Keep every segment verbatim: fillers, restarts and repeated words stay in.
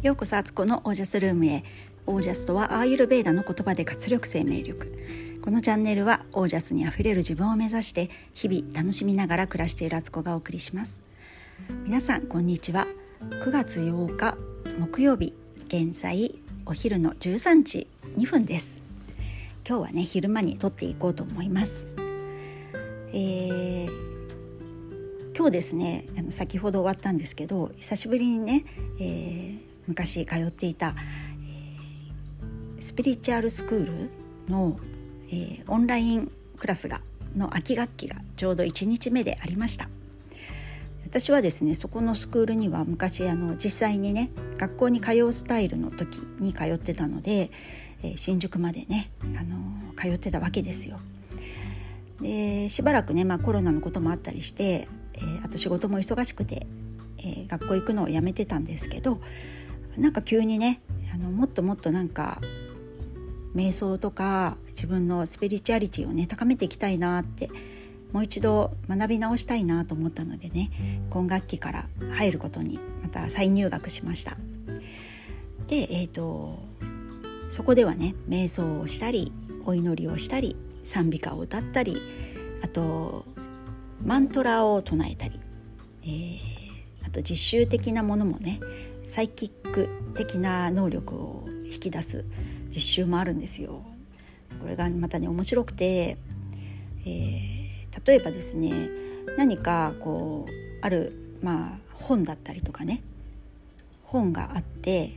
ようこそアツコのオージャスルームへ。オージャスとはアーユルベーダの言葉で活力生命力。このチャンネルはオージャスにあふれる自分を目指して日々楽しみながら暮らしているアツコがお送りします。皆さんこんにちは。くがつようか木曜日、現在お昼のじゅうさんじにふんです。今日はね昼間に撮っていこうと思います。えー今日ですね、あの先ほど終わったんですけど、久しぶりにね、えー、昔通っていた、えー、スピリチュアルスクールの、えー、オンラインクラスがの秋学期がちょうどいちにちめでありました。私はですね、そこのスクールには昔あの実際にね学校に通うスタイルの時に通ってたので、えー、新宿までね、あのー、通ってたわけですよ。でしばらくね、まあ、コロナのこともあったりして、えー、あと仕事も忙しくて、えー、学校行くのをやめてたんですけど、なんか急にねあのもっともっとなんか瞑想とか自分のスピリチュアリティをね高めていきたいなって、もう一度学び直したいなと思ったのでね、今学期から入ることにまた再入学しました。で、えーと、そこではね瞑想をしたりお祈りをしたり賛美歌を歌ったり、あとマントラを唱えたり、えー、あと実習的なものもね、サイキック的な能力を引き出す実習もあるんですよ。これがまたね面白くて、えー、例えばですね、何かこうある、まあ、本だったりとかね、本があって、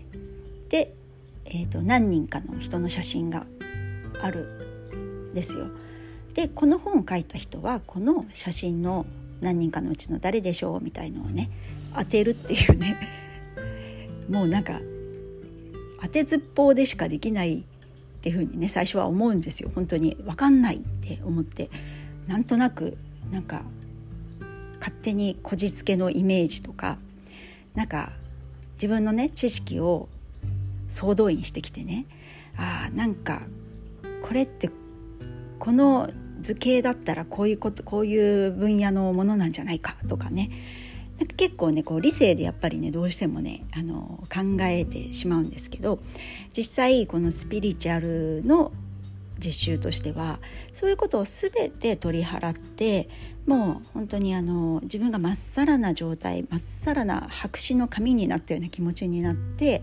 で、えーと、何人かの人の写真があるですよ。でこの本を書いた人はこの写真の何人かのうちの誰でしょうみたいのをね当てるっていうねもうなんか当てずっぽうでしかできないっていう風にね最初は思うんですよ。本当に分かんないって思って、なんとなくなんか勝手にこじつけのイメージとか、なんか自分のね知識を総動員してきてね、あーなんかこれってこの図形だったらこういうことこういう分野のものなんじゃないかとかね、なんか結構ねこう理性でやっぱりねどうしてもねあの考えてしまうんですけど、実際このスピリチュアルの実習としてはそういうことを全て取り払って、もう本当にあの自分がまっさらな状態、まっさらな白紙の紙になったような気持ちになって、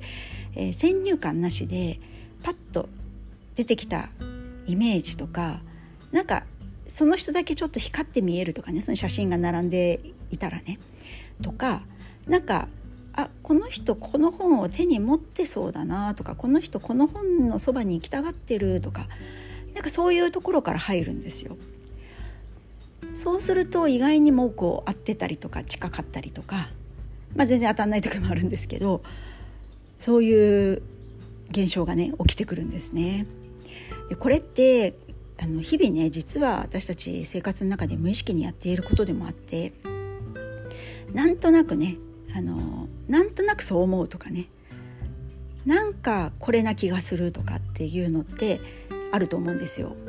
えー、先入観なしでパッと出てきたイメージとか、なんかその人だけちょっと光って見えるとかね、その写真が並んでいたらねとか、なんかあこの人この本を手に持ってそうだなとか、この人この本のそばに行きたがってるとか、なんかそういうところから入るんですよ。そうすると意外にもこう合ってたりとか近かったりとか、まあ全然当たんない時もあるんですけど、そういう現象がね起きてくるんですね。でこれってあの日々ね実は私たち生活の中で無意識にやっていることでもあって、なんとなくねあのなんとなくそう思うとかね、なんかこれな気がするとかっていうのってあると思うんですよ。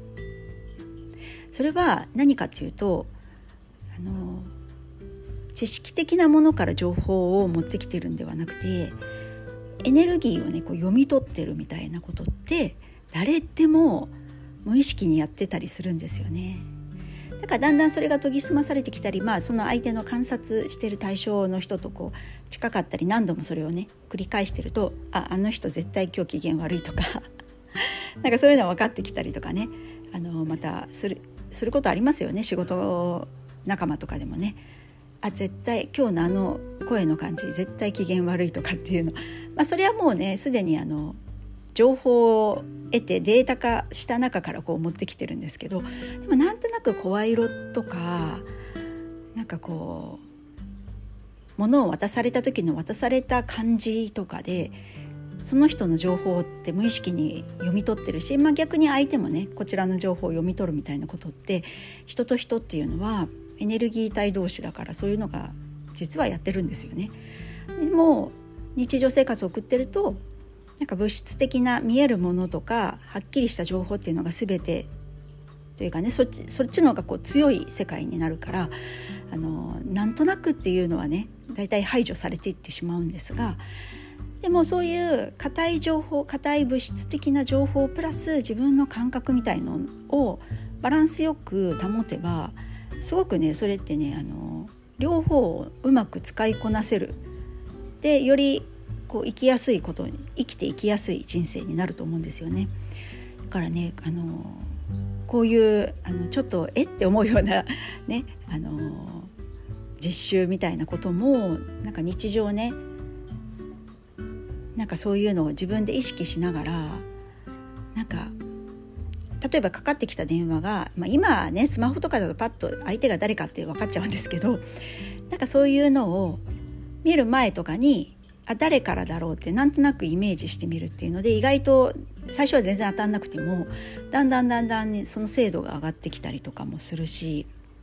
それは何かというと、あの知識的なものから情報を持ってきてるんではなくて、エネルギーをねこう読み取ってるみたいなことって誰でも無意識にやってたりするんですよね。だからだんだんそれが研ぎ澄まされてきたり、まあ、その相手の観察してる対象の人とこう近かったり、何度もそれをね繰り返してると、ああの人絶対今日機嫌悪いとかなんかそういうの分かってきたりとかね、あのまたするすることありますよね。仕事仲間とかでもね、あ絶対今日のあの声の感じ絶対機嫌悪いとかっていうの、まあ、それはもうねすでにあの情報を得てデータ化した中からこう持ってきてるんですけど、でもなんとなく声色とか、なんかこう物を渡された時の渡された感じとかでその人の情報って無意識に読み取ってるし、まあ、逆に相手もねこちらの情報を読み取るみたいなことって、人と人っていうのはエネルギー体同士だから、そういうのが実はやってるんですよね。でも日常生活を送ってると、なんか物質的な見えるものとかはっきりした情報っていうのが全てというかね、そっちそっちの方がこう強い世界になるから、あのなんとなくっていうのはねだいたい排除されていってしまうんですが、 でもそういう硬い情報、硬い物質的な情報プラス自分の感覚みたいのをバランスよく保てば、すごくねそれってねあの両方をうまく使いこなせる。でよりこう生きやすいことに生きていきやすい人生になると思うんですよね。だからねあのこういうあのちょっとえって思うようなねあの実習みたいなこともなんか日常ねなんかそういうのを自分で意識しながら、なんか例えばかかってきた電話が、まあ、今はねスマホとかだとパッと相手が誰かって分かっちゃうんですけど、なんかそういうのを見る前とかにあ誰からだろうってなんとなくイメージしてみるっていうので、意外と最初は全然当たんなくてもだんだんだんだん、ね、その精度が上がってきたりとかもするし、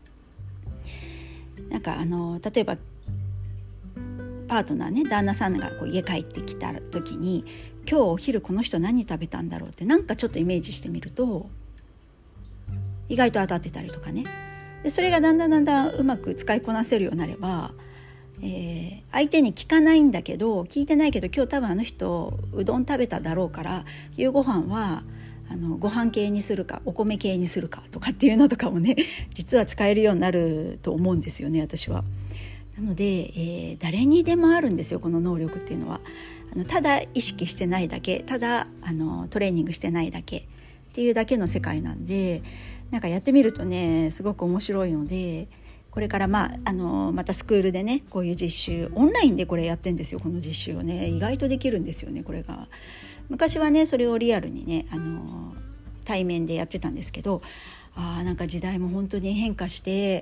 なんかあの例えばパートナーね旦那さんがこう家帰ってきた時に今日お昼この人何食べたんだろうってなんかちょっとイメージしてみると意外と当たってたりとかね。でそれがだんだんだんだんうまく使いこなせるようになれば、えー、相手に聞かないんだけど聞いてないけど今日多分あの人うどん食べただろうから夕ご飯はあのご飯系にするかお米系にするかとかっていうのとかもね実は使えるようになると思うんですよね私は。なので、えー、誰にでもあるんですよこの能力っていうのは。あのただ意識してないだけ、ただあのトレーニングしてないだけっていうだけの世界なんで、なんかやってみるとねすごく面白いので、これからまああのまたスクールでねこういう実習オンラインでこれやってんですよ。この実習をね意外とできるんですよねこれが。昔はねそれをリアルにねあの対面でやってたんですけど、あーなんか時代も本当に変化して、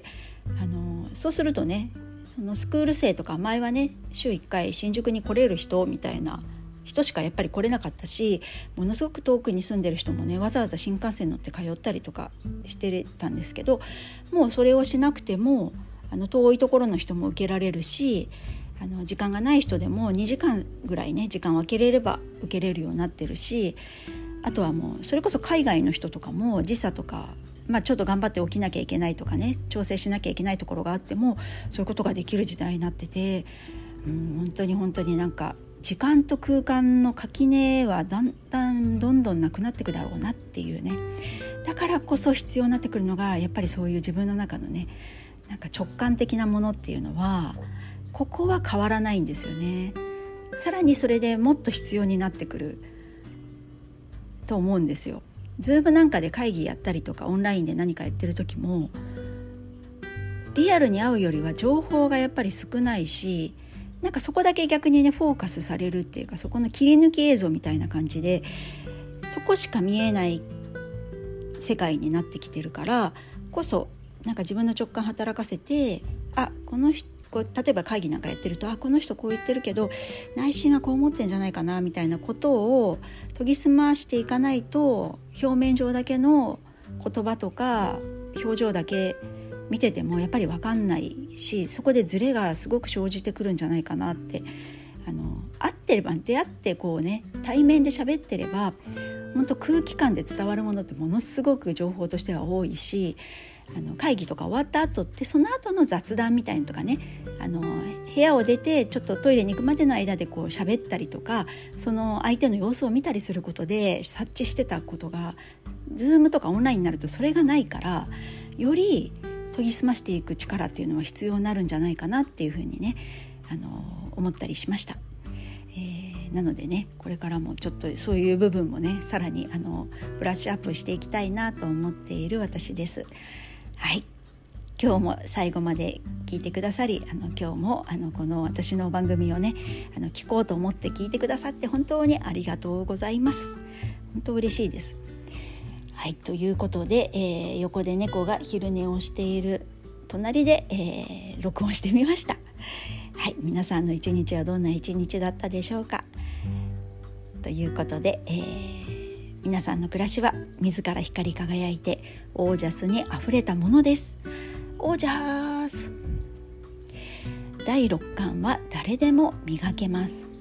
あのそうするとねそのスクール生とか前はね週いっかい新宿に来れる人みたいな人しかやっぱり来れなかったし、ものすごく遠くに住んでる人もねわざわざ新幹線乗って通ったりとかしてたんですけど、もうそれをしなくてもあの遠いところの人も受けられるし、あの時間がない人でもにじかんぐらいね時間を空けれれば受けれるようになってるし、あとはもうそれこそ海外の人とかも時差とかまあ、ちょっと頑張って起きなきゃいけないとかね調整しなきゃいけないところがあってもそういうことができる時代になってて、うん、本当に本当になんか時間と空間の垣根はだんだんどんどんなくなっていくだろうなっていうね。だからこそ必要になってくるのがやっぱりそういう自分の中のねなんか直感的なものっていうのはここは変わらないんですよね。さらにそれでもっと必要になってくると思うんですよ。ズームなんかで会議やったりとかオンラインで何かやってる時もリアルに会うよりは情報がやっぱり少ないし、なんかそこだけ逆にねフォーカスされるっていうか、そこの切り抜き映像みたいな感じでそこしか見えない世界になってきてるからこそ、なんか自分の直感働かせて、あこの人こう例えば会議なんかやってると、あこの人こう言ってるけど内心はこう思ってんじゃないかなみたいなことを研ぎ澄ましていかないと、表面上だけの言葉とか表情だけ見ててもやっぱり分かんないし、そこでズレがすごく生じてくるんじゃないかなって。あの会ってれば出会ってこうね対面で喋ってれば本当空気感で伝わるものってものすごく情報としては多いし、あの会議とか終わった後ってその後の雑談みたいなのとかね、あの部屋を出てちょっとトイレに行くまでの間でこう喋ったりとか、その相手の様子を見たりすることで察知してたことがズームとかオンラインになるとそれがないから、より研ぎ澄ましていく力っていうのは必要になるんじゃないかなっていうふうにねあの思ったりしました。えー、なのでねこれからもちょっとそういう部分もねさらにあのブラッシュアップしていきたいなと思っている私です。はい、今日も最後まで聞いてくださり、あの今日もあのこの私の番組をねあの聞こうと思って聞いてくださって本当にありがとうございます。本当嬉しいです。はい、ということで、えー、横で猫が昼寝をしている隣で、えー、録音してみました。はい、皆さんの一日はどんな一日だったでしょうか。ということで、えー皆さんの暮らしは自ら光り輝いてオージャスにあふれたものです。オージャスだいろっかんは誰でも磨けます。